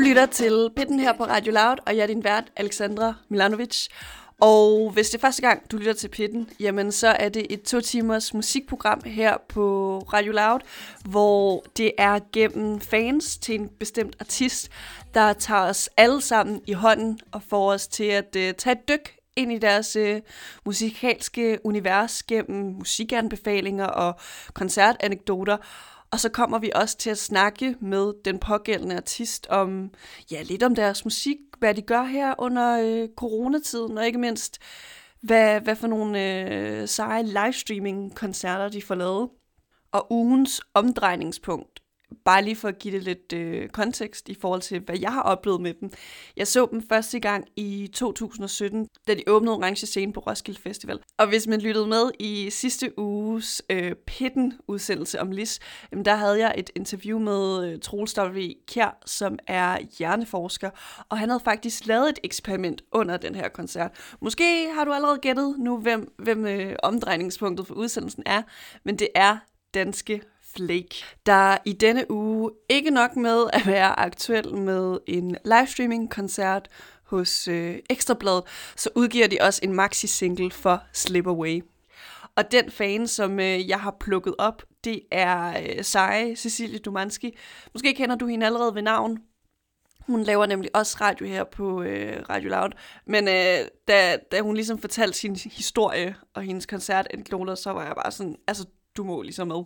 lytter til Pitten her på Radio Loud, og jeg er din vært, Alexandra Milanovic. Og hvis det er første gang, du lytter til Pitten, jamen så er det et 2 timers musikprogram her på Radio Loud, hvor det er gennem fans til en bestemt artist, der tager os alle sammen i hånden og får os til at tage et dyk ind i deres musikalske univers gennem musikanbefalinger og koncertanekdoter. Og så kommer vi også til at snakke med den pågældende artist om, ja, lidt om deres musik, hvad de gør her under coronatiden, og ikke mindst, hvad for nogle seje livestreaming-koncerter de får lavet. Og ugens omdrejningspunkt, bare lige for at give det lidt kontekst i forhold til, hvad jeg har oplevet med dem. Jeg så dem første gang i 2017, da de åbnede Orange Scene på Roskilde Festival. Og hvis man lyttede med i sidste uges Pitten-udsendelse om Lis, der havde jeg et interview med Troels W. Kjær, som er hjerneforsker. Og han havde faktisk lavet et eksperiment under den her koncert. Måske har du allerede gættet nu, hvem omdrejningspunktet for udsendelsen er, men det er danske Flake, der i denne uge ikke nok med at være aktuel med en livestreaming-koncert hos Ekstra Bladet, så udgiver de også en maxi-single for Slip Away. Og den fan, som jeg har plukket op, det er seje Cecilie Domanski. Måske kender du hende allerede ved navn. Hun laver nemlig også radio her på Radio Loud, men da hun ligesom fortalte sin historie og hendes koncertanekdoter, så var jeg bare sådan, altså du må ligesom med.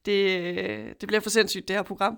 Det bliver for sindssygt, det her program.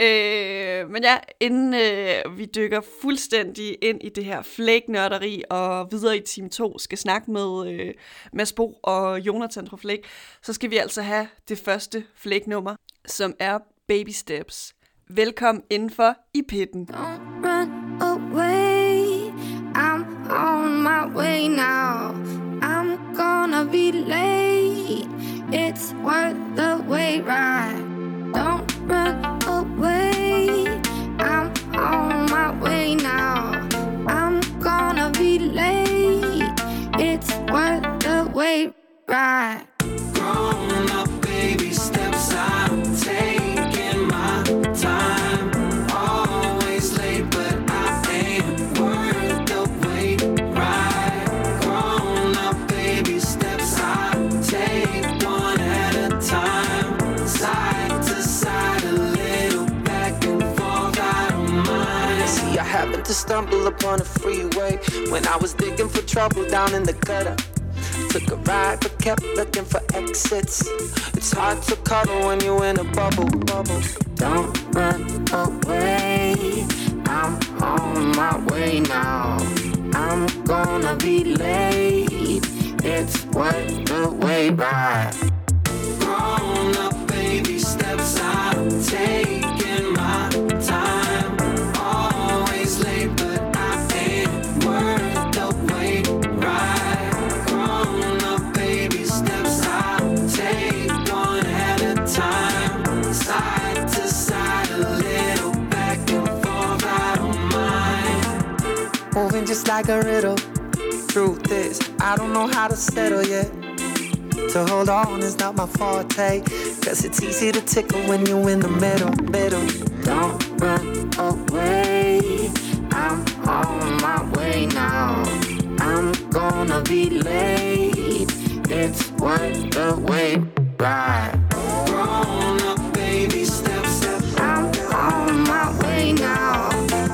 Men ja, inden vi dykker fuldstændig ind i det her Flake-nørderi og videre i time 2 skal snakke med Mads Bo og Jonathan fra Flake, så skal vi altså have det første Flake-nummer, som er Baby Steps. Velkommen indenfor i Pitten. Don't run away, I'm on my way now. I'm gonna be late, it's worth the wait, right? Don't run away, I'm on my way now. I'm gonna be late, it's worth the wait, right? Growing up, baby steps, I'm taking my time. Always late, but I ain't worth the wait, right? Growing up, baby steps, I take one at a time. Side to side, a little back and forth, I don't mind. See, I happened to stumble upon a freeway when I was digging for trouble down in the gutter. Took a ride but kept looking for exits. It's hard to cuddle when you're in a bubble. Don't run away, I'm on my way now. I'm gonna be late, it's worth the wait, right? Grown up, baby steps, I'm taking my time. Always late, but I ain't worth the wait, right? Grown up, baby steps, I'll take one at a time. Side to side, a little back and forth, I don't mind. Moving just like a riddle. Truth is, I don't know how to settle yet. To hold on is not my forte, cause it's easy to tickle when you're in the middle. Don't run away, I'm on my way now. I'm gonna be late, it's worth the wait, right? Grown up, baby steps, I'm on my way now.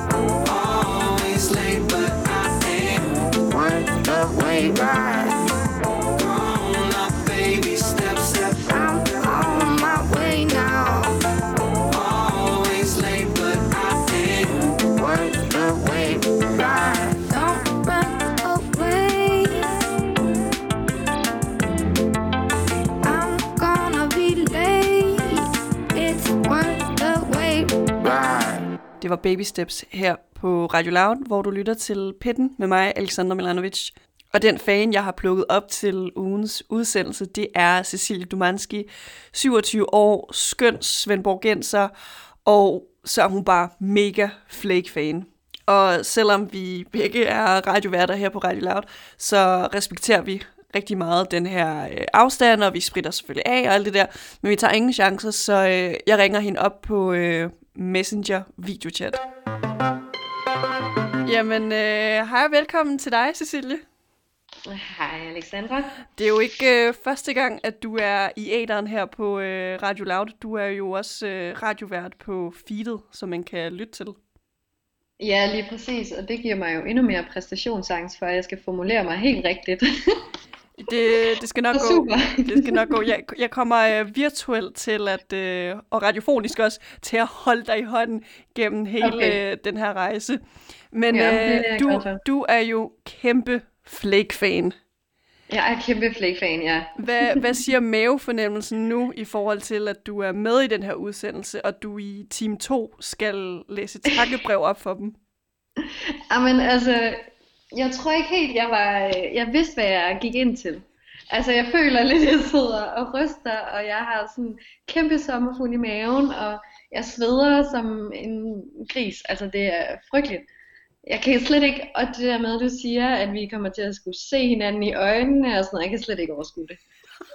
always late, but I ain't. Worth the wait, right? Grown up, baby steps, I'm on my way now. always late, but I ain't. Worth the wait, right? Don't run away, I'm gonna be late, it's worth the wait, right? Det var Baby Steps her på Radio Loud, hvor du lytter til Pitten med mig, Alexandra Milanovic. Og den fan, jeg har plukket op til ugens udsendelse, det er Cecilie Domanski, 27 år, skøn svendborgenser, og så er hun bare mega Flake-fan. Og selvom vi begge er radioværter her på Radio Loud, så respekterer vi rigtig meget den her afstand, og vi spritter selvfølgelig af og alt det der, men vi tager ingen chancer, så jeg ringer hende op på Messenger videochat. Jamen, hej og velkommen til dig, Cecilie. Hej Alexandra. Det er jo ikke første gang, at du er i æteren her på Radio Loud. Du er jo også radiovært på feedet, som man kan lytte til. Ja, lige præcis, og det giver mig jo endnu mere præstationsangst for, at jeg skal formulere mig helt rigtigt. Det skal nok gå. Super. Det skal nok gå. Jeg kommer virtuelt til at, og radiofonisk også, til at holde dig i hånden gennem hele den her rejse. Men Ja, du er jo kæmpe Flake-fan. Jeg er kæmpe Flake-fan, ja. Hvad siger mavefornemmelsen nu i forhold til, at du er med i den her udsendelse, og du i Team 2 skal læse takkebrev op for dem? Jamen altså, jeg tror ikke helt, jeg vidste, hvad jeg gik ind til. Altså, jeg føler lidt, at jeg sidder og ryster, og jeg har sådan kæmpe sommerfugl i maven, og jeg sveder som en gris. Altså, det er frygteligt. Jeg kan slet ikke, og det der med, at du siger, at vi kommer til at skulle se hinanden i øjnene og sådan noget, jeg kan slet ikke overskue det.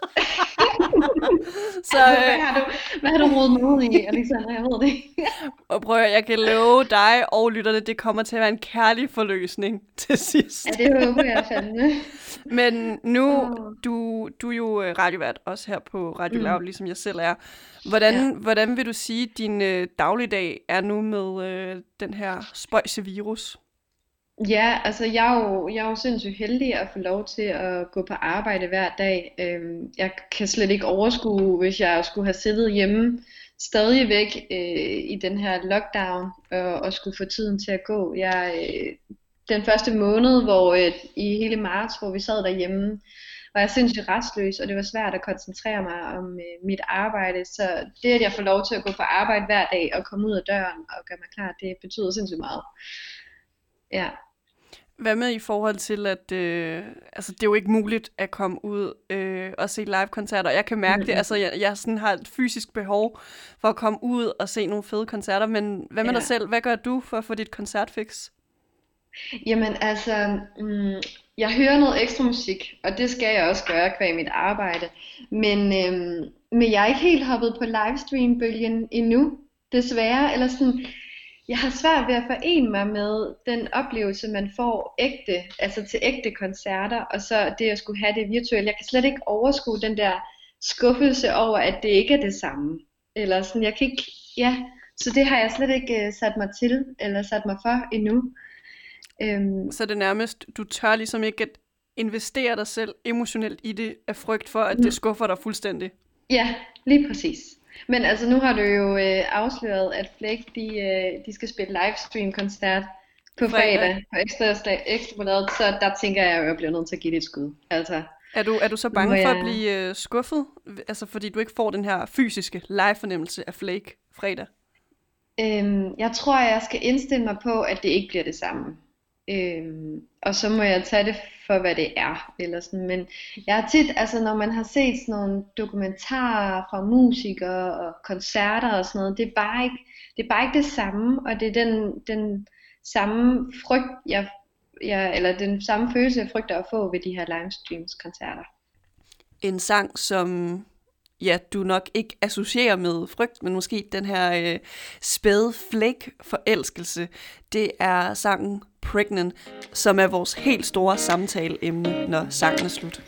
Så, hvad har du rodet med ud i, Alexander? Jeg ved det ikke. Og prøv at, jeg kan love dig og lytterne, det kommer til at være en kærlig forløsning til sidst. Ja, det håber jeg fandme. Men nu, du er jo radiovært også her på Radio Loud, ligesom jeg selv er. Hvordan vil du sige, at din dagligdag er nu med den her spøjse virus? Ja, altså jeg er jo sindssygt heldig at få lov til at gå på arbejde hver dag. Jeg kan slet ikke overskue, hvis jeg skulle have siddet hjemme stadigvæk i den her lockdown og skulle få tiden til at gå. Den første måned, i hele marts, hvor vi sad derhjemme, var jeg sindssygt restløs, og det var svært at koncentrere mig om mit arbejde. Så det, at jeg får lov til at gå på arbejde hver dag og komme ud af døren og gøre mig klar, det betyder sindssygt meget. Ja. Hvad med i forhold til, at altså, det er jo ikke muligt at komme ud og se live-koncerter. Jeg kan mærke det, altså jeg sådan har et fysisk behov for at komme ud og se nogle fede koncerter, men hvad med dig selv? Hvad gør du for at få dit koncertfix? Jamen altså, jeg hører noget ekstra musik, og det skal jeg også gøre qua mit arbejde. Men jeg er ikke helt hoppet på livestream-bølgen endnu, desværre. Eller sådan, jeg har svært ved at forene mig med den oplevelse, man får til ægte koncerter, og så det at skulle have det virtuelt. Jeg kan slet ikke overskue den der skuffelse over, at det ikke er det samme. Eller sådan, jeg kan ikke, så det har jeg slet ikke sat mig til, eller sat mig for endnu. Så det nærmest, du tør ligesom ikke at investere dig selv emotionelt i det, af frygt for, at det skuffer dig fuldstændig. Ja, lige præcis. Men altså nu har du jo afsløret, at Flake de skal spille livestream-koncert på fredag på Ekstrabladet, så der tænker jeg jo, at jeg bliver nødt til at give det et skud. Altså, er du så bange for at blive skuffet, altså fordi du ikke får den her fysiske live-fornemmelse af Flake fredag? Jeg tror, jeg skal indstille mig på, at det ikke bliver det samme. Og så må jeg tage det for, hvad det er. Eller sådan. Men jeg har tit, altså når man har set sådan nogle dokumentarer fra musikere og koncerter og sådan noget, det er bare ikke det samme, og det er den samme frygt, eller den samme følelse, jeg frygter at få ved de her livestreams-koncerter. En sang, som du nok ikke associerer med frygt, men måske den her spæde Flake-forelskelse, det er sangen Pregnant, som er vores helt store samtaleemne, når sangen er slut.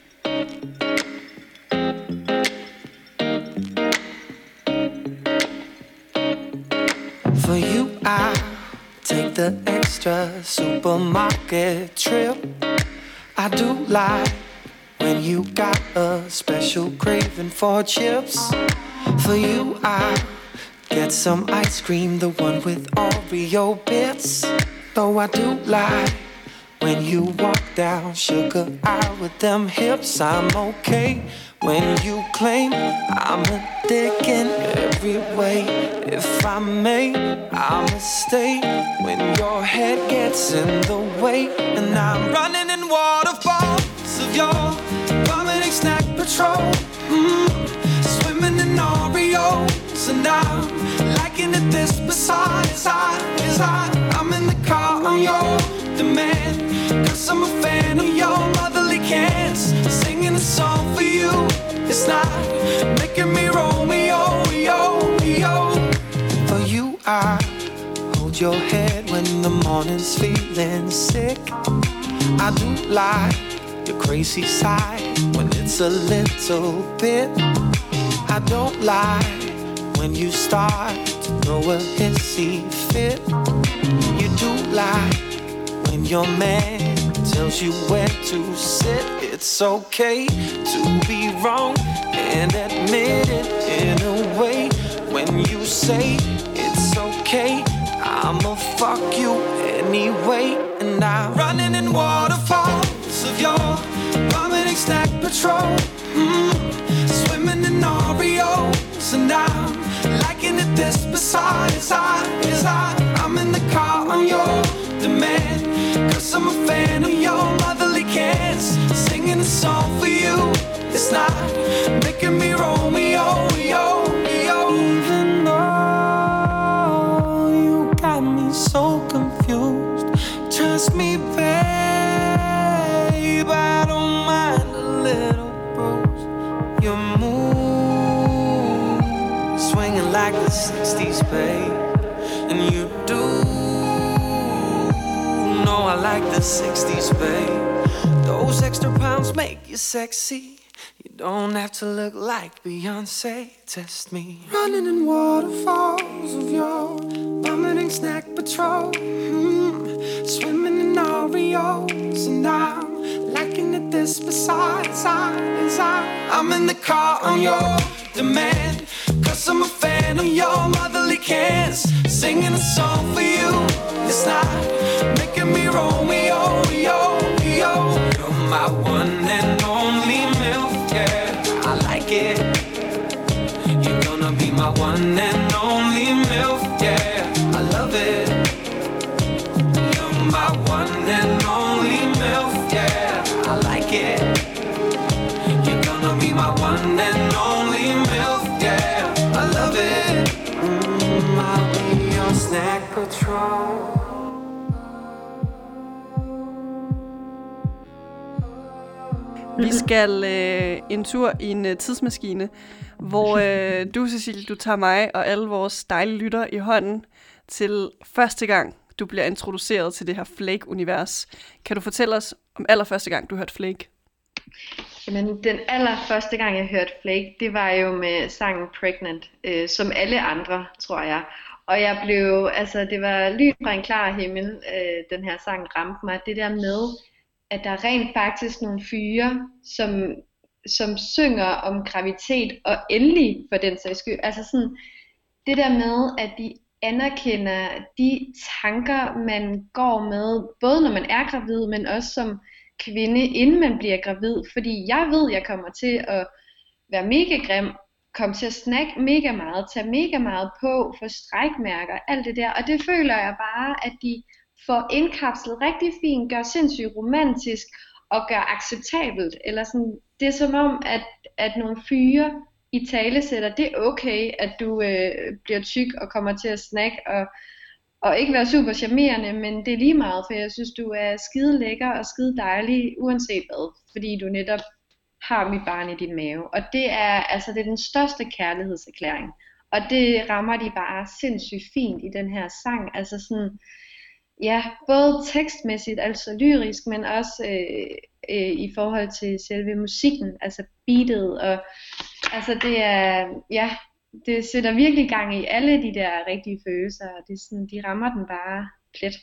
For you, I take the extra supermarket trip. I do like when you got a special craving for chips. For you, I get some ice cream, the one with Oreo bits. Though I do like when you walk down sugar aisle with them hips. I'm okay when you claim I'm a dick in every way. If I may, I'ma stay when your head gets in the way. And I'm running in waterfalls of your vomiting snack patrol. Swimming in Oreos, and I'm liking it this bizarre as I'm in the car on your demand. 'Cause I'm a fan of your motherly cans. Singing a song for you, it's not making me Romeo, yo. For you, I mornings feeling sick. I do like your crazy side when it's a little bit. I don't like when you start to throw a hissy fit. You do like when your man tells you where to sit. It's okay to be wrong and admit it in a way. When you say it's okay, I'ma fuck you anyway. And I'm running in waterfalls of your vomiting snack patrol, swimming in Oreos. And I'm liking it this beside I'm in the car on your demand, 'cause I'm a fan of your motherly cans. Singing a song for you, it's not making me Romeo, yo, yo. Even though you got me so confused, trust me, babe, I don't mind a little bruise. Your move, swinging like the 60s, babe, and you do know I like the 60s, babe. Those extra pounds make you sexy. You don't have to look like Beyonce. Test me. Running in waterfalls of your vomiting snack patrol, swimming in Oreos. And I'm liking it this besides I'm in the car on your demand, 'cause I'm a fan of your motherly cans. Singing a song for you, it's not making me Romeo, yo, yo. You're my one and only milk, yeah, I like it. You're gonna be my one and only milk, yeah, I love it. You're my one and only milk, yeah, I like it. You're gonna be my one and only milk, yeah, I love it. I'll be your snack patrol. Vi skal en tur i en tidsmaskine, hvor du, Cecilie, du tager mig og alle vores dejlige lytter i hånden til første gang, du bliver introduceret til det her Flake-univers. Kan du fortælle os om allerførste gang, du hørte Flake? Jamen, den allerførste gang, jeg hørte Flake, det var jo med sangen Pregnant, som alle andre, tror jeg. Og jeg blev, altså det var lyn fra en klar himmel, den her sang ramte mig. Det der med, at der er rent faktisk nogle fyre, som synger om graviditet, og endelig for den sags skyld. Altså sådan, det der med, at de anerkender de tanker, man går med, både når man er gravid, men også som kvinde, inden man bliver gravid. Fordi jeg ved, jeg kommer til at være mega grim, komme til at snakke mega meget, tage mega meget på, få strækmærker, alt det der. Og det føler jeg bare, at de får indkapslet rigtig fint, gør sindssygt romantisk og gør acceptabelt. Eller sådan, det er som om, at nogle fyre i talesætter, det er okay, at du bliver tyk og kommer til at snakke og ikke være super charmerende, men det er lige meget, for jeg synes, du er skide lækker og skide dejlig, uanset hvad, fordi du netop har mit barn i din mave. Og det er den største kærlighedserklæring. Og det rammer de bare sindssygt fint i den her sang. Altså sådan, ja, både tekstmæssigt, altså lyrisk, men også i forhold til selve musikken, altså beatet. Og altså det er, ja, det sætter virkelig gang i alle de der rigtige følelser. Og det er sådan, de rammer den bare plet.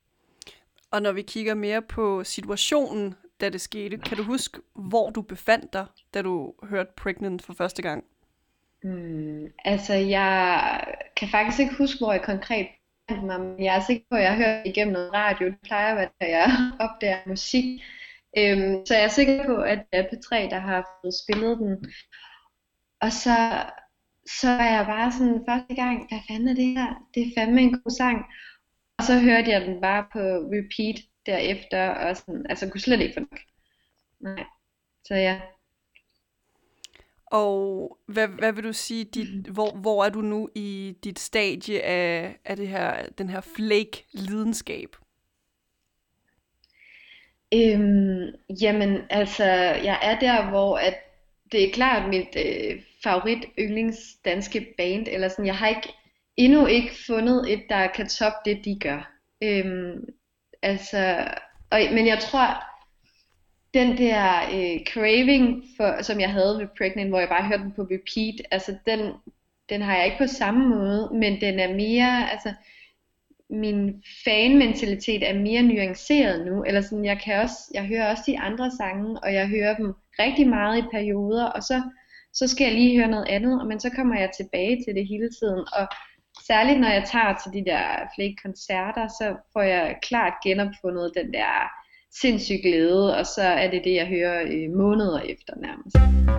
Og når vi kigger mere på situationen, da det skete, kan du huske, hvor du befandt dig, da du hørte Pregnant for første gang? Altså, jeg kan faktisk ikke huske, hvor jeg konkret befandt mig, men jeg er sikker på, at jeg har hørt igennem noget radio. Det plejer at være, at jeg opdager musik. Så jeg er sikker på, at det er P3, der har fået spillet den. Og så er jeg bare sådan, første gang, hvad fanden er det her? Det er fandme en god sang. Og så hørte jeg den bare på repeat derefter, og sådan, altså kunne slet ikke få nok. Nej, så ja. Og hvad vil du sige, hvor er du nu i dit stadie af det her, den her flake-lidenskab? Jamen, altså, jeg er der, hvor at det er klart mit favorit yndlings danske band, eller sådan, jeg har endnu ikke fundet et, der kan toppe det, de gør. Altså, men jeg tror, den der craving, som jeg havde ved Pregnant, hvor jeg bare hørte den på repeat, altså den har jeg ikke på samme måde, men den er mere, altså min fanmentalitet er mere nuanceret nu, eller sådan, jeg hører også de andre sange, og jeg hører dem rigtig meget i perioder, og så skal jeg lige høre noget andet, men så kommer jeg tilbage til det hele tiden, og særligt når jeg tager til de der Flake-koncerter, så får jeg klart genopfundet den der sindssyg glæde, og så er det, jeg hører måneder efter nærmest.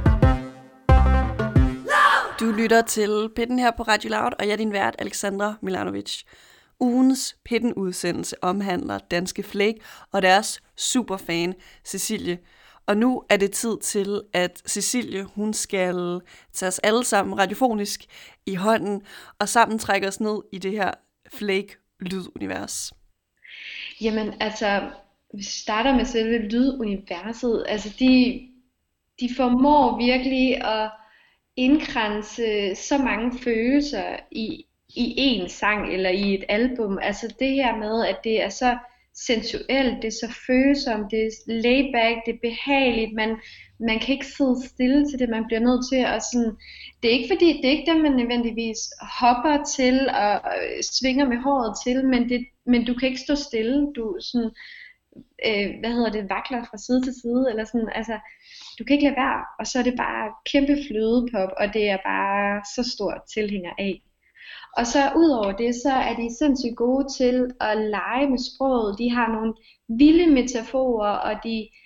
Du lytter til Pitten her på Radio Loud, og jeg er din vært, Alexandra Milanovic. Ugens Pitten-udsendelse omhandler Danske Flake og deres superfan, Cecilie. Og nu er det tid til, at Cecilie, hun skal tage os alle sammen radiofonisk i hånden, og sammen trække os ned i det her Flake-lydunivers. Jamen altså, vi starter med selve lyduniverset. Altså de formår virkelig at indkranse så mange følelser i en sang eller i et album. Altså det her med, at det er så sensuelt, det er så følsomt, det er layback, det er behageligt, man kan ikke sidde stille til det, man bliver nødt til at sådan, det er ikke det, man nødvendigvis hopper til og svinger med håret til, men du kan ikke stå stille, du sådan, vakler fra side til side, eller sådan, altså, du kan ikke lade være, og så er det bare kæmpe flødepop, og det er bare så stor tilhænger af. Og så udover det, så er de sindssygt gode til at lege med sproget. De har nogle vilde metaforer, og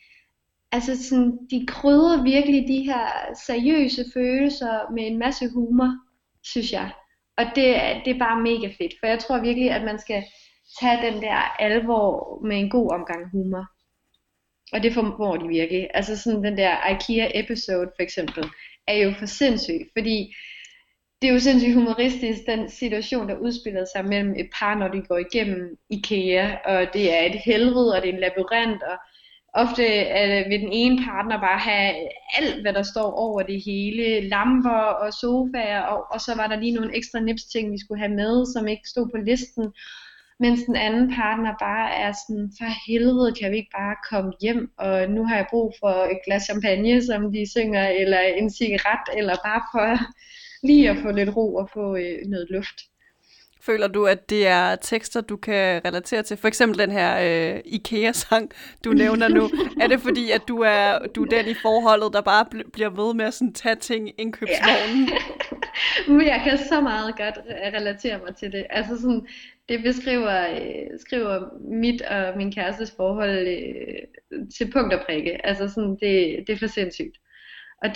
de krydrer virkelig de her seriøse følelser med en masse humor, synes jeg. Og det er bare mega fedt, for jeg tror virkelig, at man skal tage den der alvor med en god omgang humor. Og det formår de virkelig. Altså sådan den der IKEA-episode for eksempel, er jo for sindssygt, fordi det er jo sindssygt humoristisk, den situation, der udspiller sig mellem et par, når de går igennem IKEA, og det er et helvede, og det er en labyrint, og ofte vil den ene partner bare have alt, hvad der står over det hele, lamper og sofaer, og så var der lige nogle ekstra nipsting, vi skulle have med, som ikke stod på listen, mens den anden partner bare er sådan, for helvede, kan vi ikke bare komme hjem, og nu har jeg brug for et glas champagne, som de synger, eller en cigaret, eller bare for lige at få lidt ro og få noget luft. Føler du, at det er tekster, du kan relatere til? For eksempel den her IKEA-sang, du nævner nu. Er det fordi, at du er den i forholdet, der bare bliver ved med at sådan tage ting i indkøbsvognen? Ja. Jeg kan så meget godt relatere mig til det. Altså sådan, det skriver mit og min kærestes forhold til punkt og prikke. Altså sådan, det er for sindssygt. Og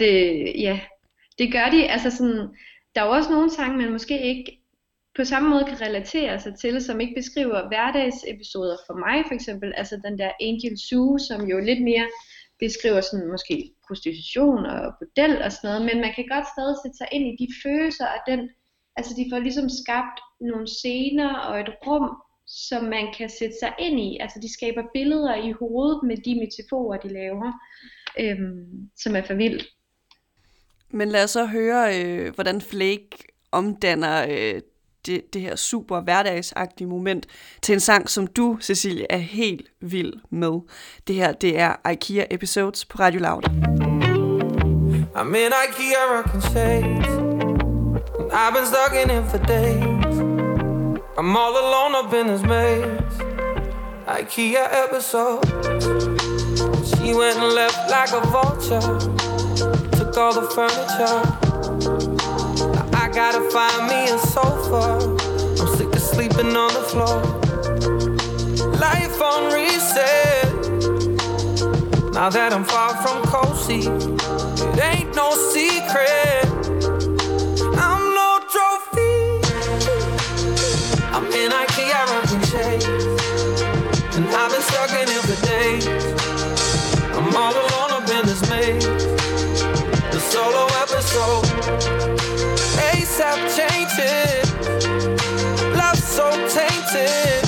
det gør de, altså sådan, der er jo også nogle sange, man måske ikke på samme måde kan relatere sig til, som ikke beskriver hverdagsepisoder for mig for eksempel, altså den der Angel Sue, som jo lidt mere beskriver sådan måske prostitution og bordel og sådan noget, men man kan godt stadig sætte sig ind i de følelser af den, altså de får ligesom skabt nogle scener og et rum, som man kan sætte sig ind i, altså de skaber billeder i hovedet med de metaforer, de laver, som er for vildt. Men lad os så høre, hvordan Flake omdanner det her super hverdagsagtige moment til en sang, som du, Cecilie, er helt vild med. Det her, det er IKEA Episodes på Radio Loud. I'm in IKEA rocking shades, and I've been stuck in it for days. I'm all alone up in this maze. IKEA episode. She went and left like a vulture, took all the furniture. I gotta find me a sofa, I'm sick of sleeping on the floor. Life on reset, now that I'm far from cozy. It ain't no secret, I'm no trophy. I'm in IKEA rocking shades, and I've been stuck in it for days. I'm all alone up in this maze. The solo episode, ASAP changing, love so tainted.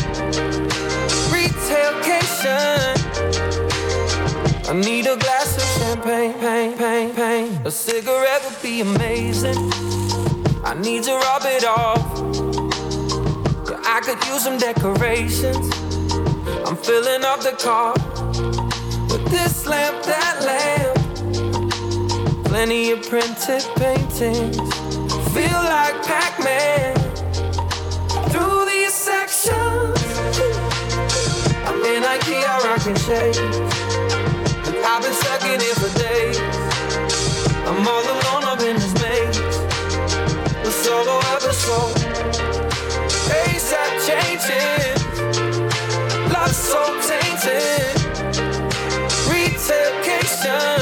Retailcation, I need a glass of champagne. A cigarette would be amazing. I need to rub it off. I could use some decorations. I'm filling up the car with this lamp, that lamp. Plenty of printed paintings. Feel like Pac-Man through these sections. I'm in IKEA rocking shades. I've been stuck in it for days. I'm all alone up in this maze. The solo episode. ASAP changing. Love so tainted. Retailcation.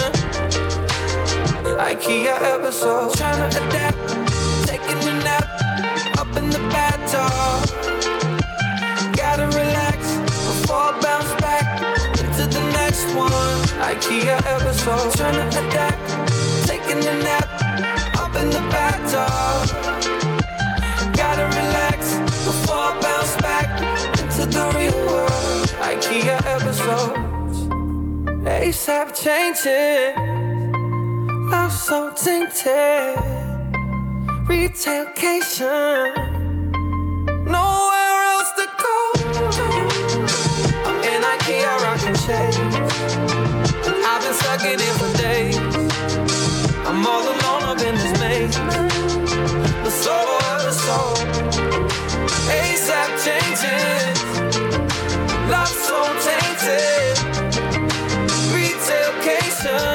IKEA episode. Trying to adapt. Taking a nap. Up in the bathtub. Gotta relax before I bounce back into the next one. IKEA episode. Trying to adapt. Taking a nap. Up in the bathtub. Gotta relax before I bounce back into the real world. IKEA episodes. ASAP changing. Love so tainted. Retailcation. Nowhere else to go. I'm in IKEA rocking shades. I've been stuck in it for days. I'm all alone up in this maze. The solo episode. ASAP changes. Love so tainted. Retailcation.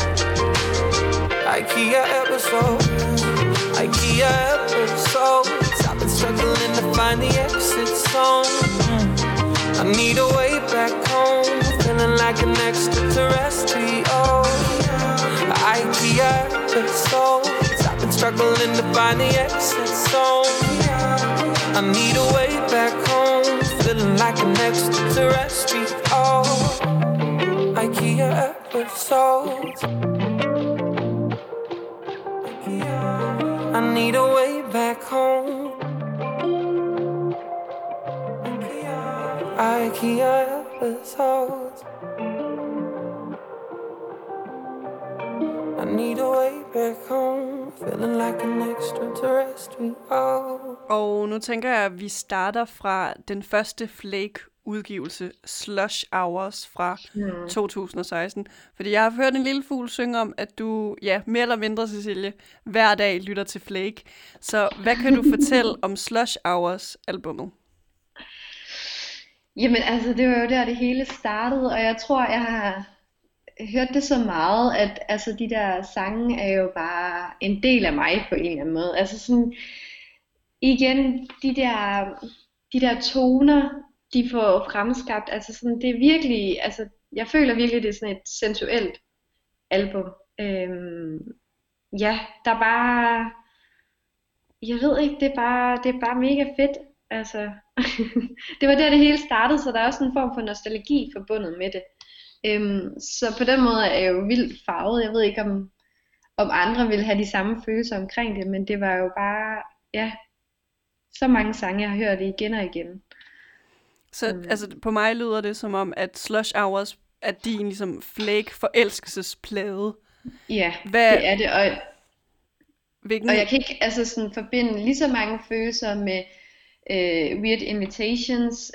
IKEA episode. IKEA episodes. I've been struggling to find the exit song. I need a way back home. Feeling like an extraterrestrial. IKEA episodes. I've been struggling to find the exit song. I need a way back home. Feeling like an extraterrestrial. IKEA episodes. I need a way back home. IKEA episodes. I need a way back home. Feeling like an extraterrestrial. Og nu tænker jeg, at vi starter fra den første Flake-udgivelse, Slush Hours fra 2016. Fordi jeg har hørt en lille fugl synge om, at du, ja, mere eller mindre, Cecilie, hver dag lytter til Flake. Så hvad kan du fortælle om Slush Hours-albummet? Jamen altså, det var jo der det hele startede, og jeg tror, jeg har hørt det så meget, at altså de der sange er jo bare en del af mig på en eller anden måde. Altså sådan, igen, de der toner, de får fremskabt, altså sådan, det er virkelig, altså jeg føler virkelig, det er sådan et sensuelt album. Ja, der er bare, jeg ved ikke, det er bare mega fedt, altså. Det var der det hele startede, så der er også en form for nostalgi forbundet med det. Så på den måde er jeg jo vildt farvet. Jeg ved ikke om andre vil have de samme følelser omkring det, men det var jo bare, ja, så mange sange jeg har hørt det igen og igen. Så altså, på mig lyder det som om, at Slush Hours er din ligesom Flake forelskelsesplade. Ja, Hvad, det er det, hvilken, og jeg kan ikke altså sådan forbinde lige så mange følelser med Weird Invitations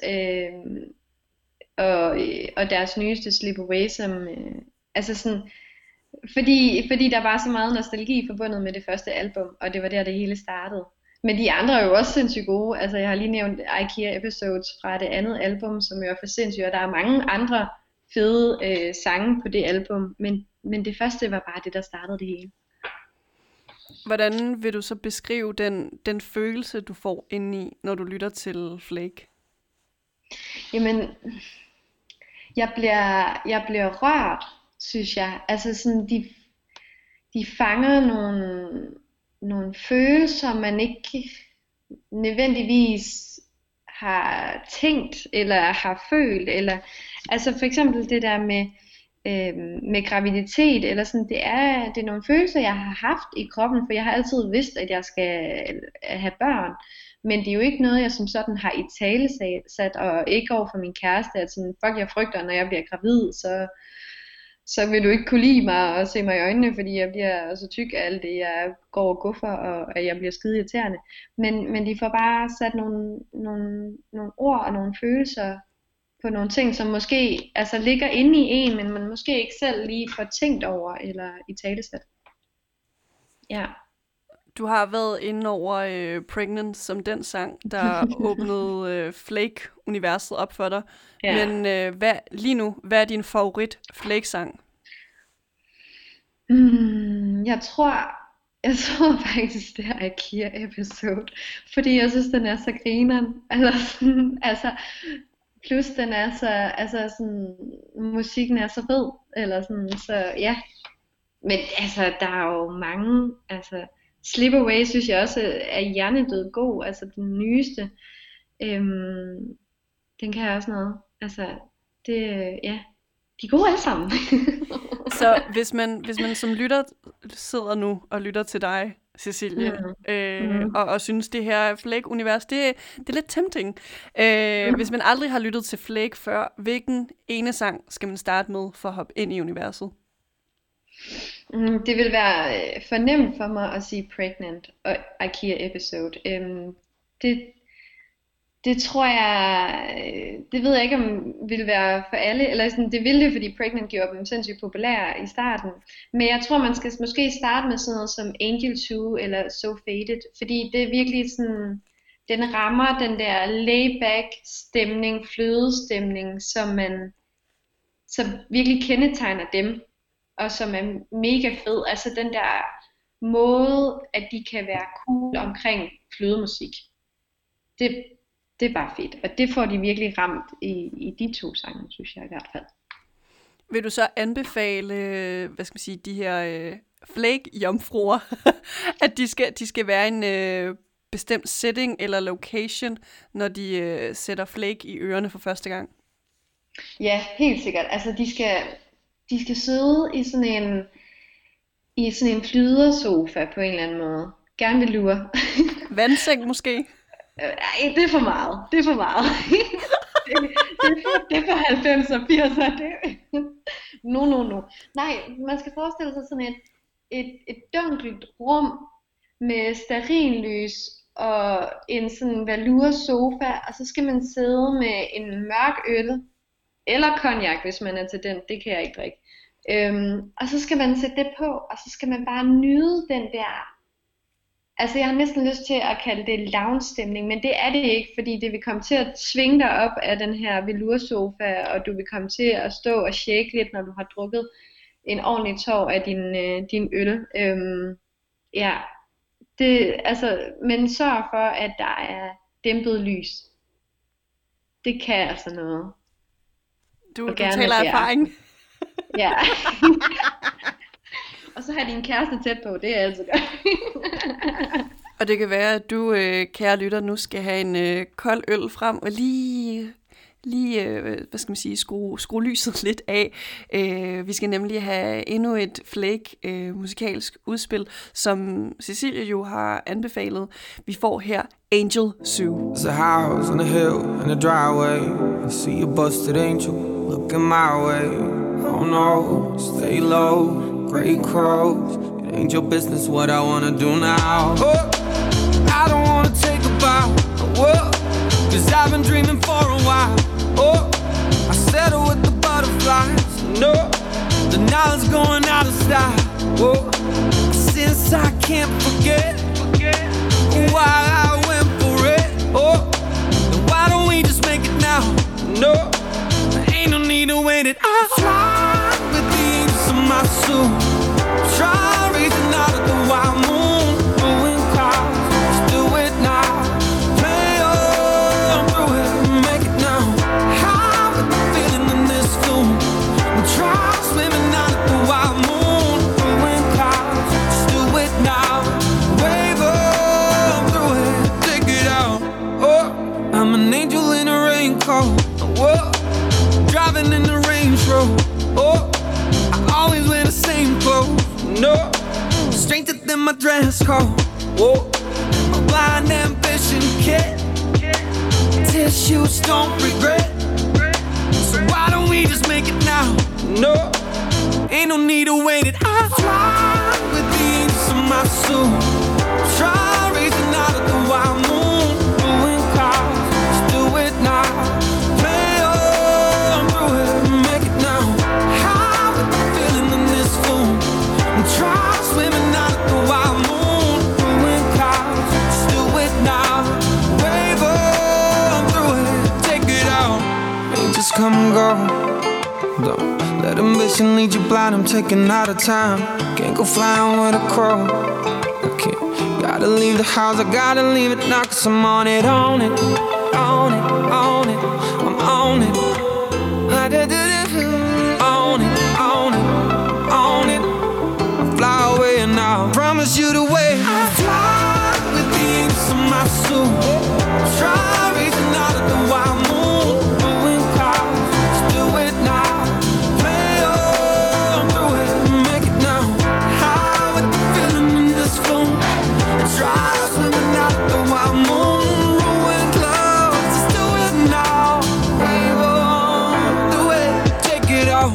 og deres nyeste Slip Away, som altså sådan, fordi der var så meget nostalgi forbundet med det første album, og det var der det hele startede. Men de andre er jo også sindssygt gode. Altså jeg har lige nævnt IKEA Episodes fra det andet album, som jo er for sindssygt, og der er mange andre fede sange på det album, men det første var bare det, der startede det hele. hvordan vil du så beskrive den følelse, du får indeni, når du lytter til Flake? Jamen, jeg bliver rørt, synes jeg. Altså sådan, de fanger nogle følelser, man ikke nødvendigvis har tænkt eller har følt, eller altså for eksempel det der med graviditet, eller sådan, det er nogle følelser, jeg har haft i kroppen, for jeg har altid vidst, at jeg skal have børn, men det er jo ikke noget, jeg som sådan har italesat, og ikke over for min kæreste, at sådan, fuck, jeg frygter, når jeg bliver gravid, så vil du ikke kunne lide mig og se mig i øjnene, fordi jeg bliver så tyk af alt det, jeg går og guffer, og at jeg bliver skide irriterende. Men de får bare sat nogle ord og nogle følelser på nogle ting, som måske altså ligger inde i en, men man måske ikke selv lige får tænkt over eller i talesæt. Ja. Du har været inde over Pregnant som den sang, der åbnede Flake-universet op for dig. Ja. Men hvad er din favorit Flake-sang? Jeg tror faktisk, det er Akira Episode, fordi jeg synes, den er så grineren. Plus den er så, sådan, musikken er så fed, eller sådan, så ja. Men altså, der er jo mange, altså, Slip Away synes jeg også er hjernedød god, altså den nyeste. Den kan jeg også noget. Altså, ja, de er gode alle sammen. Så hvis man som lytter sidder nu og lytter til dig, Cecilie, og synes, det her Flake-univers, det er lidt tempting. Hvis man aldrig har lyttet til Flake før, hvilken ene sang skal man starte med for at hoppe ind i universet? Det vil være for nemt for mig at sige Pregnant og Akira Episode. Det tror jeg, det ved jeg ikke om vil være for alle, eller sådan, det ville det, fordi Pregnant gjorde dem sindssygt populære i starten. Men jeg tror, man skal måske starte med sådan noget som Angel 2 eller So Faded, fordi det er virkelig sådan, den rammer den der layback stemning, flødestemning, som virkelig kendetegner dem, og som er mega fed. Altså den der måde, at de kan være cool omkring flødemusik. Det er bare fedt, og det får de virkelig ramt i de to sange, synes jeg i hvert fald. Vil du så anbefale, de her Flake-jomfruer, at de skal være en bestemt setting eller location, når de sætter Flake i ørerne for første gang? Ja, helt sikkert. Altså de skal sidde i sådan en flydersofa på en eller anden måde. Gerne ved lure. Vandseng måske? Nej, det er for meget. Det er for meget. det er for 90 og 80'er. No. Nej, man skal forestille sig sådan et dunkelt rum med stearinlys og en sådan velour-sofa, og så skal man sidde med en mørk øl, eller cognac, hvis man er til den, det kan jeg ikke drikke. Og så skal man sætte det på, og så skal man bare nyde den der. Altså jeg har næsten lyst til at kalde det lounge-stemning, men det er det ikke, fordi det vil komme til at svinge dig op af den her velour-sofa, og du vil komme til at stå og shake lidt, når du har drukket en ordentlig tår af din øl. Ja, men sørg for, at der er dæmpet lys. Det kan altså noget. Du taler erfaring. Ja. Og så har din kæreste tæt på, det er altså godt. Og det kan være, at du, kære lytter, nu skal have en kold øl frem og lige skrue lyset lidt af. Vi skal nemlig have endnu et Flake musikalsk udspil, som Cecilie jo har anbefalet. Vi får her Angel Zoo. There's a house on a hill in a driveway. I see a busted angel looking my way. Oh no, stay low, great crows. It ain't your business what I wanna do now. Oh, I don't wanna take a bow. Whoa, 'cause I've been dreaming for a while. Oh, I settle with the butterflies. No, the knowledge going out of style. Whoa, since I can't forget why I went for it. Oh, then why don't we just make it now? No, there ain't no need to wait it. I fly with the angels in my soul. Try reaching out at the wild moon, blowing clouds. Just do it now. Play on through it, make it now. High with the feeling in this flow. Try swimming out at the wild moon, blowing clouds. Just do it now. Wave on through it, take it out. Oh, I'm an angel in a raincoat. Whoa, driving in the Range Rover. Oh, I always wear the same clothes. No, stranger than my dress code. Whoa, my blind ambition kid. Tissues don't regret. So why don't we just make it now? No, Ain't no need to wait it. I fly with the angels in my soul. Try racing out of the wild moon. Doing clouds, let's do it now. Play on through it and make it now. High with the feeling in this room. And try swimming out of the wild moon. Doing clouds, let's do it now. Wave on through it, take it out. Ain't just come and go. Don't let ambition lead you blind. I'm taking out of time. Can't go flying with a crow. I can't. Gotta leave the house, I gotta leave it now. Cause I'm on it, on it, on it, on it. I'm on it. On it, on it, on it. I fly away now. Promise you the way. I fly with the angels in my soul. Try racing out of the wild moon. Doing clouds, let's do it now. Play on through it and make it now. High with the feeling in this room. Try swimming out the wild moon. Ruined clouds, let's do it now. Wave on through it, take it out.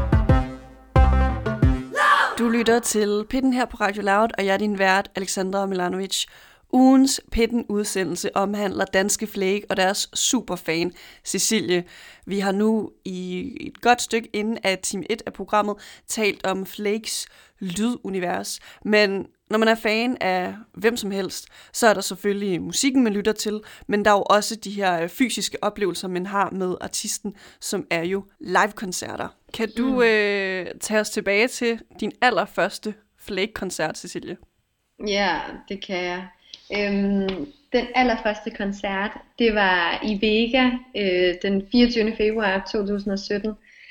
Du lytter til Pitten her på Radio Loud, og jeg er din vært, Alexandra Milanovic. Ugens Pitten-udsendelse omhandler Danske Flake og deres superfan, Cecilie. Vi har nu i et godt stykke inden af time 1 af programmet talt om Flakes lydunivers. Men når man er fan af hvem som helst, så er der selvfølgelig musikken, man lytter til, men der er jo også de her fysiske oplevelser, man har med artisten, som er jo live-koncerter. Kan du tage os tilbage til din allerførste Flake-koncert, Cecilie? Ja, det kan jeg. Den allerførste koncert, det var i Vega den 24. februar 2017.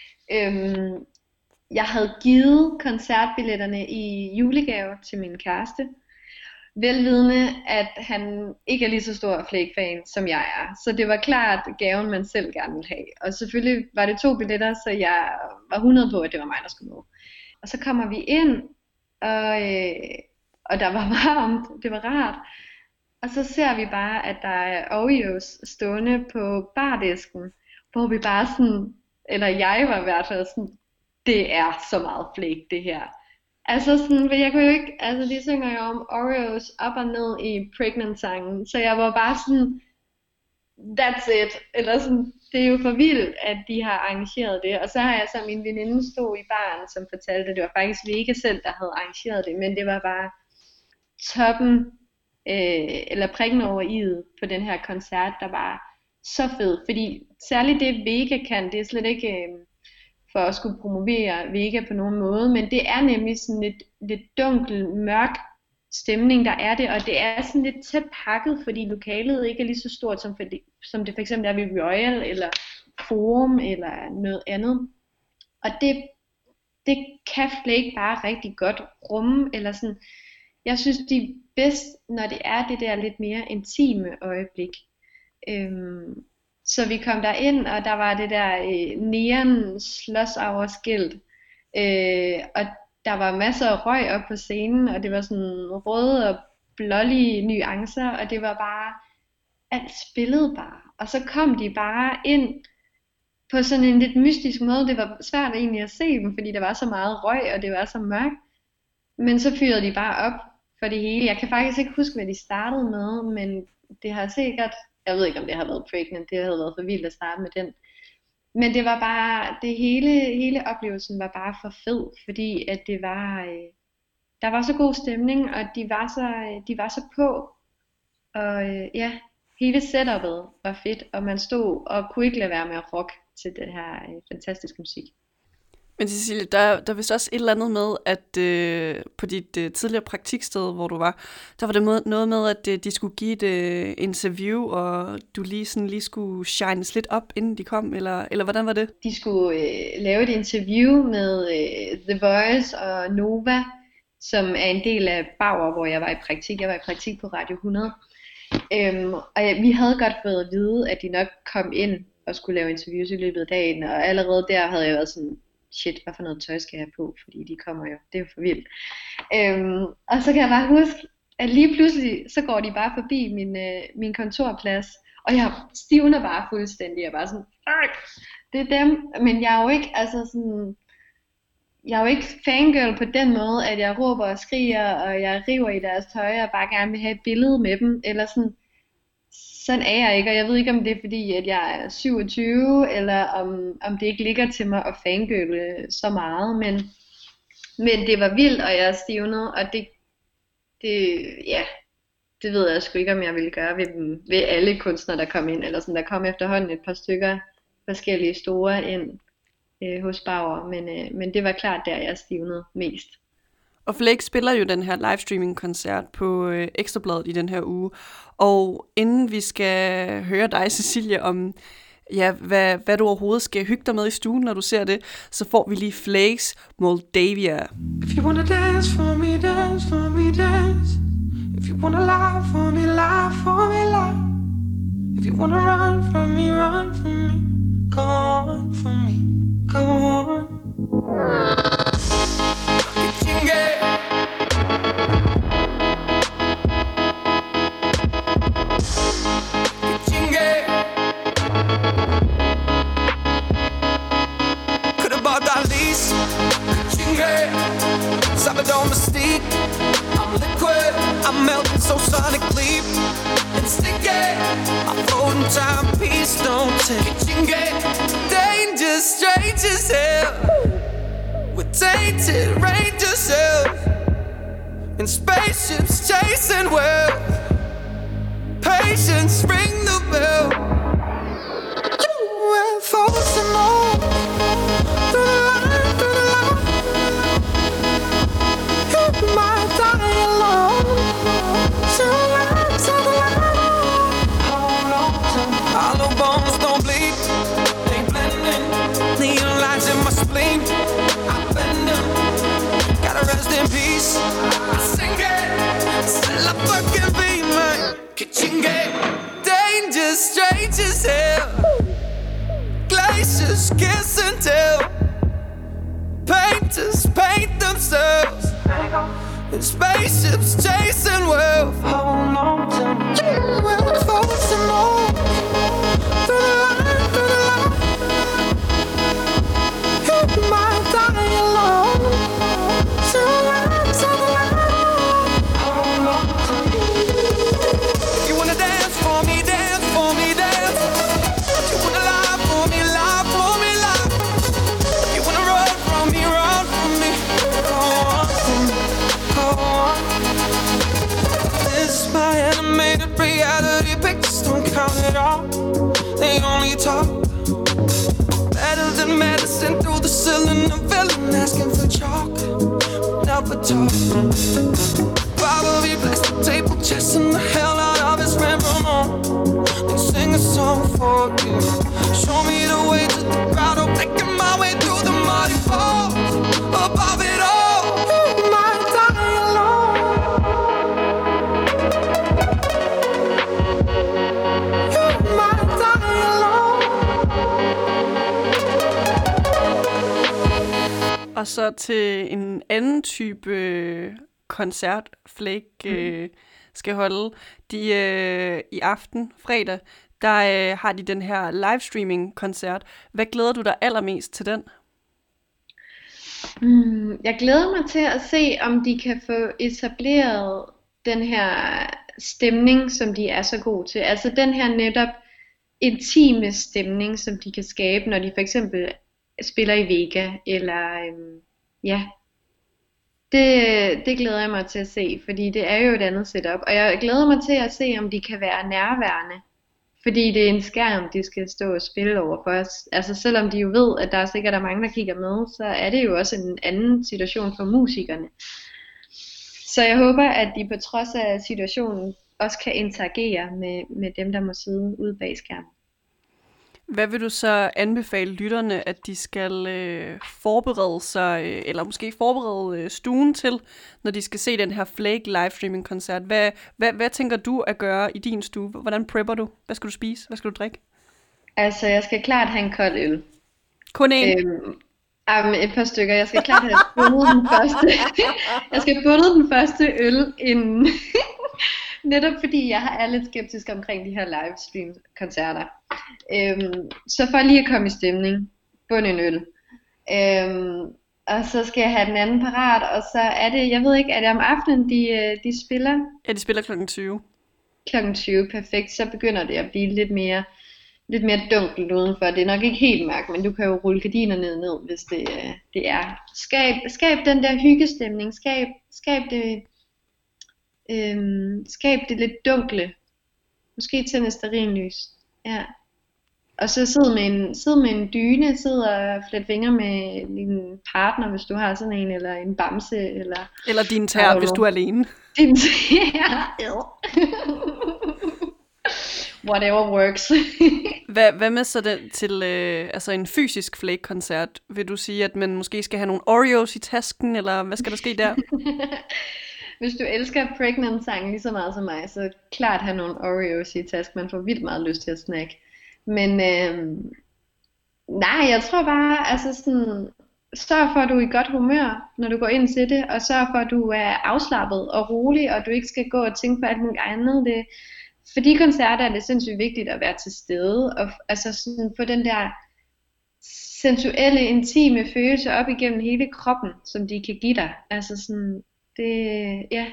Jeg havde givet koncertbilletterne i julegave til min kæreste, velvidende at han ikke er lige så stor Flake-fan som jeg er. Så det var klart gaven, man selv gerne ville have. Og selvfølgelig var det 2 billetter, så jeg var 100 på, at det var mig, der skulle med. Og så kommer vi ind, og der var varmt, det var rart. Og så ser vi bare, at der er Oreos stående på bardisken, hvor vi bare sådan, eller jeg var i hvert fald sådan, det er så meget Flake det her. Altså sådan, for jeg kunne jo ikke, altså de synger jo om Oreos op og ned i Pregnant-sangen, så jeg var bare sådan, that's it, eller sådan, det er jo for vildt, at de har arrangeret det. Og så har jeg så min veninde stod i baren, som fortalte, at det var faktisk Vega selv, der havde arrangeret det, men det var bare toppen, eller prikken over i'et på den her koncert, der var så fed, fordi særligt det Vega kan, det er slet ikke for at skulle promovere Vega på nogen måde, men det er nemlig sådan lidt dunkel, mørk stemning, der er det, og det er sådan lidt tæt pakket, fordi lokalet ikke er lige så stort, som det for eksempel er ved Royal, eller Forum, eller noget andet. Og det kan Flake bare rigtig godt rumme, eller sådan, jeg synes, de er bedst, når det er det der lidt mere intime øjeblik. Så vi kom der ind, og der var det der neon slåshour-skilt, og der var masser af røg op på scenen, og det var sådan røde og blålige nuancer, og det var bare, alt spillede bare. Og så kom de bare ind på sådan en lidt mystisk måde. Det var svært egentlig at se dem, fordi der var så meget røg, og det var så mørkt. Men så fyrede de bare op for det hele. Jeg kan faktisk ikke huske, hvad de startede med, men det har sikkert, jeg ved ikke om det har været Pregnant, det havde været for vildt at starte med den. Men det var bare, det hele oplevelsen var bare for fed, fordi at det var, der var så god stemning, og de var så på. Og ja, hele setupet var fedt, og man stod og kunne ikke lade være med at rock til det her fantastiske musik. Men Cecilie, der er vist også et eller andet med, at på dit tidligere praktiksted, hvor du var, der var det noget med, at de skulle give et interview, og du lige skulle shines lidt op, inden de kom, eller hvordan var det? De skulle lave et interview med The Voice og Nova, som er en del af Bauer, hvor jeg var i praktik. Jeg var i praktik på Radio 100. Vi havde godt fået at vide, at de nok kom ind og skulle lave interviews i løbet af dagen, og allerede der havde jeg været sådan, shit, hvad for noget tøj skal jeg på, fordi de kommer jo, det er jo for vildt. Og så kan jeg bare huske, at lige pludselig, så går de bare forbi min kontorplads, og jeg stivner bare fuldstændig, jeg er bare sådan, fuck, det er dem, men jeg er jo ikke, altså sådan, jeg er jo ikke fangirl på den måde, at jeg råber og skriger, og jeg river i deres tøj, og bare gerne vil have et billede med dem, eller sådan. Sådan er jeg ikke, og jeg ved ikke, om det er fordi, at jeg er 27, eller om det ikke ligger til mig at fangirle så meget, men det var vildt, og jeg stivnede, og ja, det ved jeg sgu ikke, om jeg ville gøre ved alle kunstnere, der kom ind, eller sådan, der kom efterhånden et par stykker forskellige store ind hos Bauer, men det var klart der, jeg stivnede mest. Og Flake spiller jo den her livestreaming-koncert på Ekstrabladet i den her uge. Og inden vi skal høre dig, Cecilie, om hvad du overhovedet skal hygge dig med i stuen, når du ser det, så får vi lige Flakes Moldavia. If you wanna dance for me, dance for me, dance. If you wanna lie for me, lie for me, lie. If you wanna run from me, run from me. Go on for me, go on. Kichinge. Kichinge. Could've bought that lease. Kichinge. Salvador Mystique. I'm liquid, I'm melting so sonically and sticky. I float in time, peace don't take. Kichinge. Danger, strange as hell. We're tainted, range ourselves in spaceships chasing wealth. Patience, ring the bell. You will force them all through the line, through the line. You might die alone. So long, so long. Hold on to me. Hollow bones don't bleed. They blending. Neon lights in my spleen. Gotta rest in peace. I sing it, still I fucking be my Kichinge. Danger, strange as hell. Glaciers kiss and tell. Painters paint themselves in spaceships chasing wealth. Hold on to me. You will force them all through the line, through the line. You might die alone. So long, so long. Hold on to me. If you wanna dance for me, dance for me, dance. If you wanna lie for me, lie for me, lie. If you wanna run from me, run from me. Go on, go on. This is my animated reality. Pictures don't count at all. They only talk. Better than medicine through the cylinder. Villain asking for chalk. Never talk. Probably bless the table, chasing the hell out of his Rembrandt. They sing a song for you. Show me the way to the grotto, making my way through the muddy falls. Above it all, you might die alone. You might die alone. Og så til en anden type koncert, Flake skal holde. I aften, fredag, der har de den her livestreaming-koncert. Hvad glæder du dig allermest til den? Jeg glæder mig til at se, om de kan få etableret den her stemning, som de er så gode til. Altså den her netop intime stemning, som de kan skabe, når de for eksempel spiller i Vega, eller ja, det glæder jeg mig til at se, fordi det er jo et andet setup, og jeg glæder mig til at se, om de kan være nærværende, fordi det er en skærm, de skal stå og spille over for os. Altså selvom de jo ved, at der sikkert er mange, der kigger med, så er det jo også en anden situation for musikerne. Så jeg håber, at de på trods af situationen også kan interagere med dem, der må sidde ude bag skærmen. Hvad vil du så anbefale lytterne, at de skal forberede sig, eller måske forberede stuen til, når de skal se den her Flake livestreaming-koncert? Hvad tænker du at gøre i din stue? Hvordan prepper du? Hvad skal du spise? Hvad skal du drikke? Altså, jeg skal klart have en kold øl. Kun én? Et par stykker. Jeg skal klart have bundet den første. Jeg skal bundet den første øl inden. Netop fordi jeg er lidt skeptisk omkring de her livestream-koncerter. Så for lige at komme i stemning, bund en øl. Og så skal jeg have den anden parat, og så er det, jeg ved ikke, er det om aftenen, de spiller? Ja, de spiller klokken 20. Klokken 20, perfekt. Så begynder det at blive lidt mere dunkelt udenfor. Det er nok ikke helt mørkt, men du kan jo rulle gardinerne ned, hvis det er. Skab den der hyggestemning. Skab det lidt dunkle. Måske tænde et stearinlys. Ja. Og så sid med en dyne, sid og flet fingre med din partner, hvis du har sådan en, eller en bamse, Eller din hvad tær, har hvis du? du er alene. Din Whatever works. Hvad med så den til altså en fysisk Flake-koncert? Vil du sige, at man måske skal have nogle Oreos i tasken, eller hvad skal der ske der? Hvis du elsker Pregnant-sangen lige så meget som mig, så klart have nogle Oreos i tasken. Man får vildt meget lyst til at snakke. Men nej, jeg tror bare, altså sådan, sørg for, at du er i godt humør, når du går ind til det, og sørg for, at du er afslappet og rolig, og du ikke skal gå og tænke på alt muligt andet. For de koncerter er det sindssygt vigtigt at være til stede, og altså sådan, få den der sensuelle, intime følelse op igennem hele kroppen, som de kan give dig. Altså sådan, ja,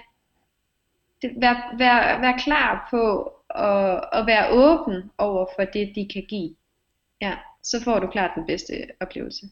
vær klar på at være åben over for det, de kan give. Ja, så får du klart den bedste oplevelse.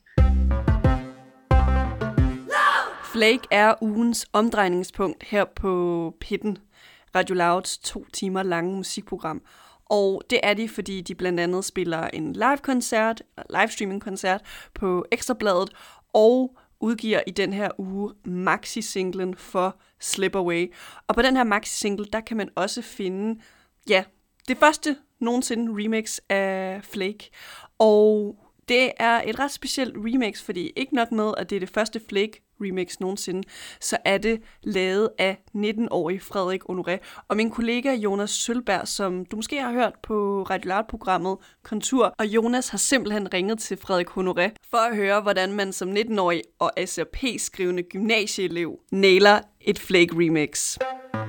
Flake er ugens omdrejningspunkt her på Pitten, Radio Louds 2 timer lange musikprogram. Og det er de, fordi de blandt andet spiller en livestreaming-koncert på Ekstrabladet, og udgiver i den her uge maxi-singlen for Slip Away. Og på den her maxi-single, der kan man også finde, ja, det første nogensinde remix af Flake. Og det er et ret specielt remix, fordi ikke nok med, at det er det første Flake remix nogensinde, så er det lavet af 19-årig Frederik Honoré. Og min kollega Jonas Sølberg, som du måske har hørt på Radio Loud-programmet Kontur, og Jonas har simpelthen ringet til Frederik Honoré for at høre, hvordan man som 19-årig og SRP-skrivende gymnasieelev nailer et Flake remix.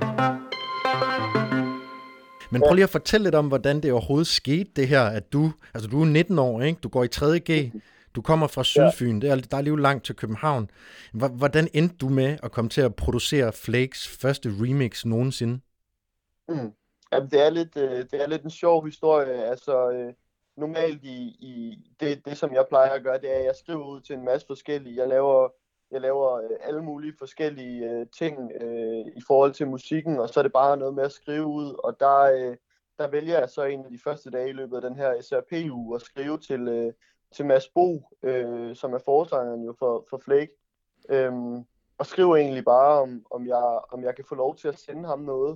Men prøv lige at fortælle lidt om, hvordan det overhovedet skete, det her, at du er 19 år, ikke? Du går i 3.G, du kommer fra Sydfyn, der er alligevel langt til København. Hvordan endte du med at komme til at producere Flakes første remix nogensinde? Jamen, det er lidt en sjov historie. Altså, normalt i det, som jeg plejer at gøre, det er, at jeg skriver ud til en masse forskellige. Jeg laver alle mulige forskellige ting i forhold til musikken, og så er det bare noget med at skrive ud. Og der vælger jeg så en af de første dage i løbet af den her SRP-uge at skrive til Mads Bo, som er forsangeren jo for Flake. Og skriver egentlig bare, om jeg kan få lov til at sende ham noget.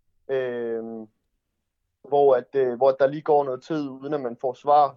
Hvor der lige går noget tid, uden at man får svar.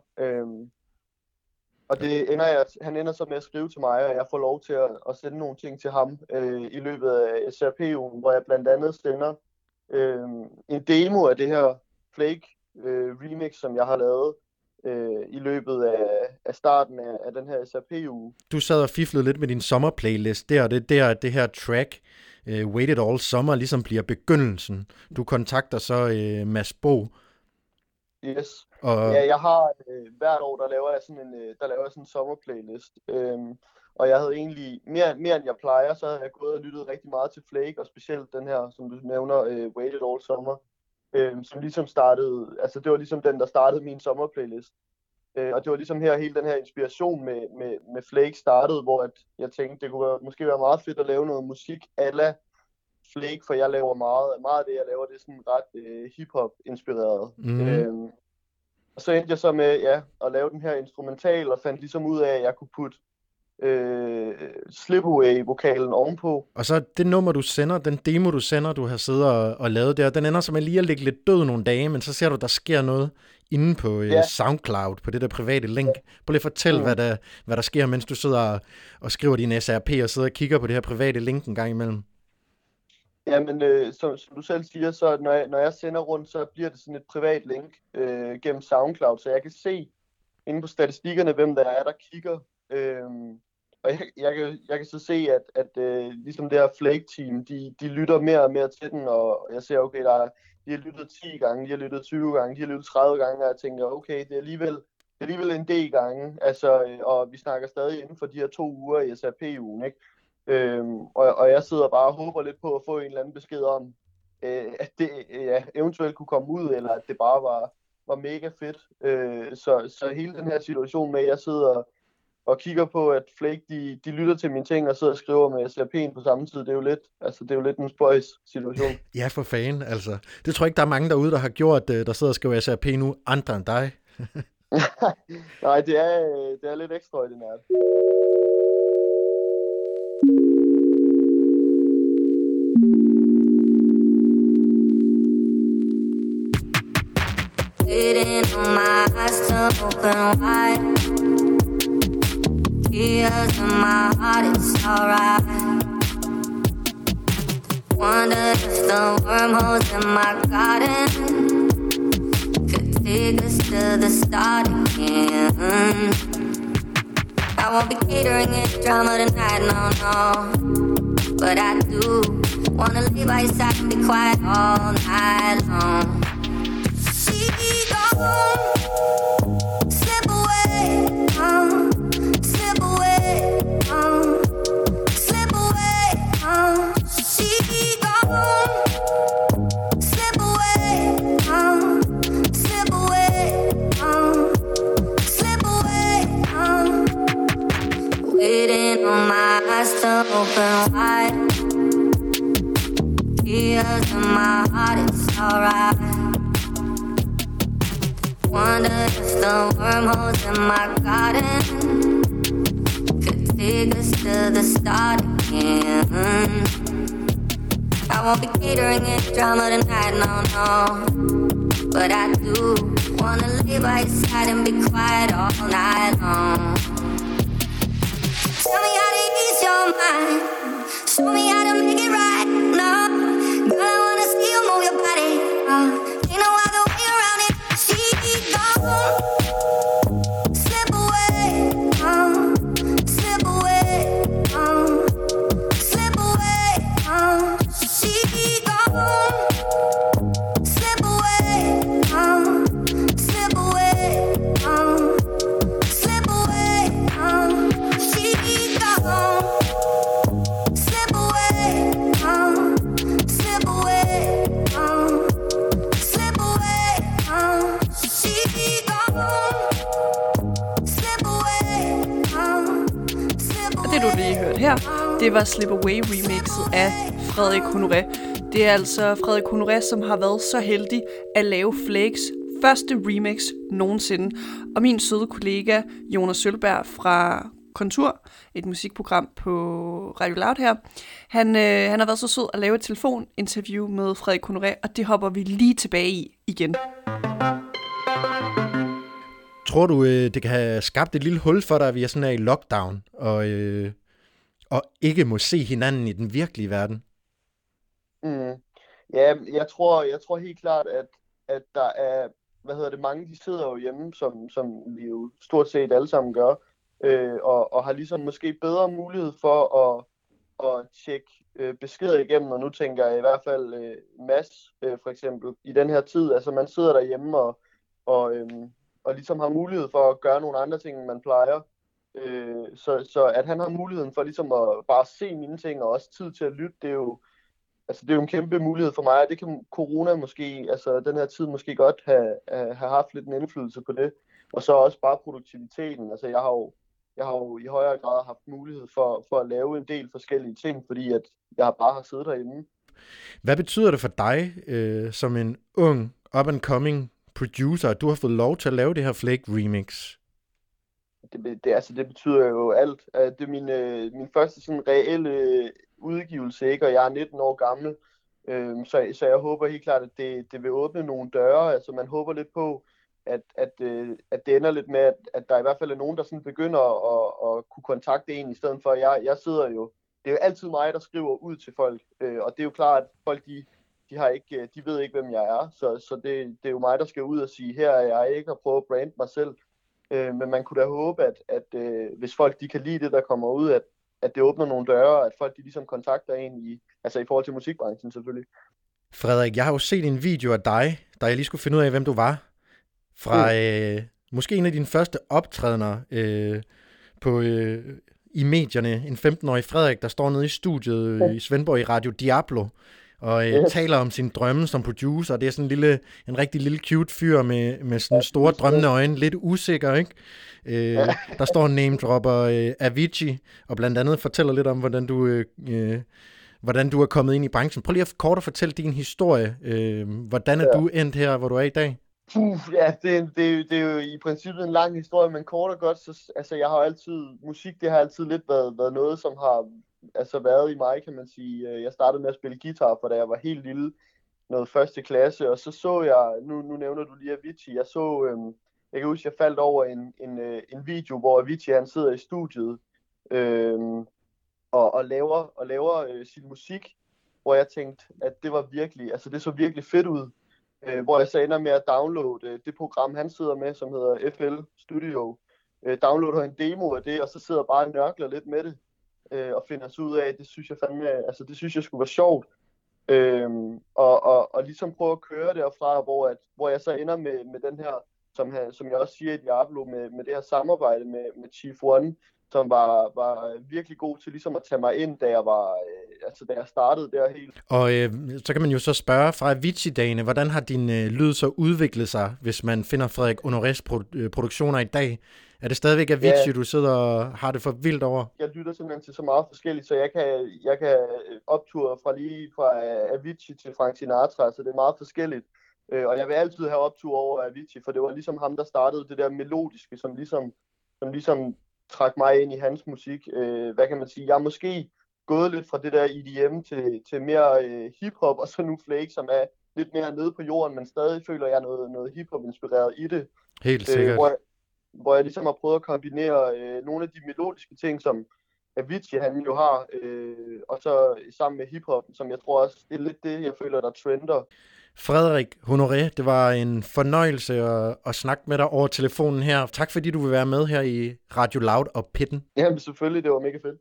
Og han ender så med at skrive til mig, og jeg får lov til at sende nogle ting til ham i løbet af SRP-ugen, hvor jeg blandt andet sender en demo af det her Flake remix, som jeg har lavet i løbet af starten af den her SRP-uge. Du sad og fiflede lidt med din sommerplaylist der, og det er der, det her track, Waited All Summer, ligesom bliver begyndelsen. Du kontakter så Mads Bo. Yes. Ja, jeg har hvert år, der laver jeg sådan en sommerplaylist. Og jeg havde egentlig, mere end jeg plejer, så havde jeg gået og lyttet rigtig meget til Flake, og specielt den her, som du nævner, Waited All Summer, som ligesom startede, altså det var ligesom den, der startede min sommerplaylist. Og det var ligesom her, hele den her inspiration med Flake startede, hvor jeg tænkte, det kunne måske være meget fedt at lave noget musik a la Flake, for jeg laver meget af det, jeg laver, det er sådan ret hip-hop-inspireret. Og så endte jeg så med at lave den her instrumental, og fandt ligesom ud af, at jeg kunne putte Slip Away-vokalen ovenpå. Og så det nummer, du sender, den demo, du sender, du har siddet og lavet der, den ender som at lige at ligge lidt død nogle dage, men så ser du, der sker noget inde på SoundCloud, på det der private link. Prøv lige at fortælle, hvad der sker, mens du sidder og skriver din SRP, og sidder og kigger på det her private link en gang imellem. Jamen, som du selv siger, så når jeg sender rundt, så bliver det sådan et privat link gennem SoundCloud, så jeg kan se inde på statistikkerne, hvem der er, der kigger. Og jeg kan så se, at ligesom det her Flake-team, de lytter mere og mere til den, og jeg ser, okay, de har lyttet 10 gange, de har lyttet 20 gange, de har lyttet 30 gange, og jeg tænker, okay, det er alligevel en del gange, altså, og vi snakker stadig inden for de her 2 uger i SRP-ugen, ikke? Og jeg sidder bare og håber lidt på at få en eller anden besked om, at det eventuelt kunne komme ud, eller at det bare var mega fedt. Så hele den her situation med, at jeg sidder og kigger på, at Flake, de lytter til mine ting og sidder og skriver med SRP'en på samme tid, det er jo lidt en spøjs situation. Ja, for fanden, altså. Det tror jeg ikke, der er mange derude, der har gjort, der sidder og skriver SRP nu, andre end dig. Nej, det er lidt ekstraordinært. Waiting on my eyes to open wide. Tears in my heart, it's alright. Wonder if the wormholes in my garden could take us to the start again. I won't be catering any drama tonight, no. But I do wanna lay by your side and be quiet all night long. Slip away, slip away, slip away, she gone. Slip away, slip away, slip away, waiting on my eyes to open wide. Tears in my heart, it's alright. Wonder if the wormholes in my garden could take us to the start again. I won't be catering any drama tonight, no. But I do wanna lay by your side and be quiet all night long. Tell me how to ease your mind. Show me how to make it right, no. Girl, I wanna see you move your body. Ain't no other way around it. She gone. Slip away, slip away, slip away. She gone. Slip away, slip away, slip away. She gone. Slip away, slip away, slip away. She gone. Slip away, slip Og det du lige hørte her, det var Slip Away remixet af Frederik Honoré. Det er altså Frederik Honoré, som har været så heldig at lave Flakes første remix nogensinde. Og min søde kollega Jonas Sølberg fra Kontur, et musikprogram på Radio Loud her, han har været så sød at lave et telefoninterview med Frederik Honoré, og det hopper vi lige tilbage i igen. Tror du, det kan have skabt et lille hul for dig, at vi er sådan her i lockdown, og ikke må se hinanden i den virkelige verden? Ja, jeg tror helt klart, at der er, mange de sidder jo hjemme, som vi jo stort set alle sammen gør, og har ligesom måske bedre mulighed for at tjekke beskeder igennem, og nu tænker jeg i hvert fald Mads for eksempel, i den her tid, altså man sidder derhjemme og ligesom har mulighed for at gøre nogle andre ting, end man plejer. Så at han har muligheden for ligesom at bare se mine ting, og også tid til at lytte, det er jo en kæmpe mulighed for mig, og det kan corona måske, altså den her tid måske godt have haft lidt en indflydelse på det. Og så også bare produktiviteten. Altså jeg har jo i højere grad haft mulighed for at lave en del forskellige ting, fordi at jeg bare har siddet derhjemme. Hvad betyder det for dig, som en ung, up-and-coming producer, at du har fået lov til at lave det her Flake remix? Det betyder jo alt. Det er min første sådan reelle udgivelse, ikke? Og jeg er 19 år gammel. Så jeg håber helt klart, at det vil åbne nogle døre. Altså man håber lidt på, at det ender lidt med, at der i hvert fald er nogen, der sådan begynder at kunne kontakte en, i stedet for, jeg sidder jo, det er jo altid mig, der skriver ud til folk, og det er jo klart, at folk, de ved ikke, hvem jeg er, så det er jo mig, der skal ud og sige, her er jeg ikke, og prøve at brande mig selv, men man kunne da håbe, at hvis folk, de kan lide det, der kommer ud, at det åbner nogle døre, at folk, de ligesom kontakter en i forhold til musikbranchen selvfølgelig. Frederik, jeg har jo set en video af dig, da jeg lige skulle finde ud af, hvem du var, måske en af dine første optrædener i medierne. En 15-årig Frederik, der står nede i studiet i Svendborg i Radio Diablo, og taler om sin drømme som producer. Det er sådan en rigtig lille cute fyr med sådan store drømmende øjne, lidt usikker, ikke? Der står name-dropper Avicii, og blandt andet fortæller lidt om, hvordan du er kommet ind i branchen. Prøv lige at kort at fortælle din historie. Hvordan er du endt her, hvor du er i dag? Det er jo i princippet en lang historie, men kort og godt, så altså jeg har altid, musik det har altid lidt været noget, som har altså været i mig, kan man sige. Jeg startede med at spille guitar, for da jeg var helt lille, noget første klasse, og så jeg, nu nævner du lige Avicii, jeg kan huske, jeg faldt over en video, hvor Avicii han sidder i studiet og laver sin musik, hvor jeg tænkte, at det var virkelig, altså det så virkelig fedt ud. Hvor jeg så ender med at downloade det program, han sidder med, som hedder FL Studio. Downloader en demo af det, og så sidder jeg bare og nørkler lidt med det, og finder så ud af, at det synes jeg fandme, altså det synes jeg skulle være sjovt. Og ligesom prøve at køre derfra, hvor jeg så ender med den her, som jeg også siger i Diablo, med det her samarbejde med Chief One, som var virkelig god til ligesom at tage mig ind, da jeg startede der helt. Og så kan man jo så spørge fra Avicii-dagene, hvordan har din lyd så udviklet sig, hvis man finder Frederik Honorés produktioner i dag? Er det stadigvæk Avicii, du sidder og har det for vildt over? Jeg lytter simpelthen til så meget forskelligt, så jeg kan opture fra Avicii til Frank Sinatra, så det er meget forskelligt. Og jeg vil altid have optur over Avicii, for det var ligesom ham, der startede det der melodiske, som ligesom trak mig ind i hans musik. Hvad kan man sige? Jeg er måske gået lidt fra det der EDM til mere hiphop, og så nu Flake, som er lidt mere nede på jorden, men stadig føler jeg noget hiphop inspireret i det. Helt sikkert. Hvor jeg ligesom har prøvet at kombinere nogle af de melodiske ting, som Avicii han jo har, og så sammen med hiphop, som jeg tror også, det er lidt det, jeg føler, der trender. Frederik Honoré, det var en fornøjelse at snakke med dig over telefonen her. Tak fordi du vil være med her i Radio Loud og Pitten. Jamen selvfølgelig, det var mega fedt.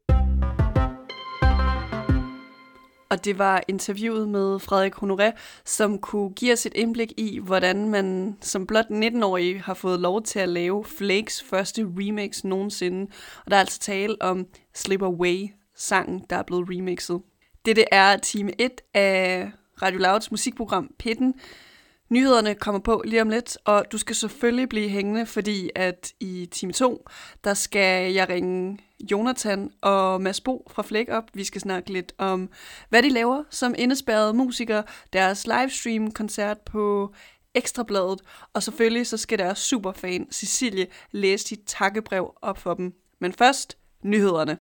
Og det var interviewet med Frederik Honoré, som kunne give os et indblik i, hvordan man som blot 19-årig har fået lov til at lave Flakes første remix nogensinde. Og der er altså tale om Slip Away, sangen, der er blevet remixet. Dette er time 1 af Radio Louds musikprogram Pitten. Nyhederne kommer på lige om lidt, og du skal selvfølgelig blive hængende, fordi at i time 2, der skal jeg ringe Jonathan og Mads Bo fra Flæk op. Vi skal snakke lidt om, hvad de laver som indespærrede musikere, deres livestream-koncert på Ekstrabladet, og selvfølgelig så skal deres superfan Cecilie læse dit takkebrev op for dem. Men først, nyhederne.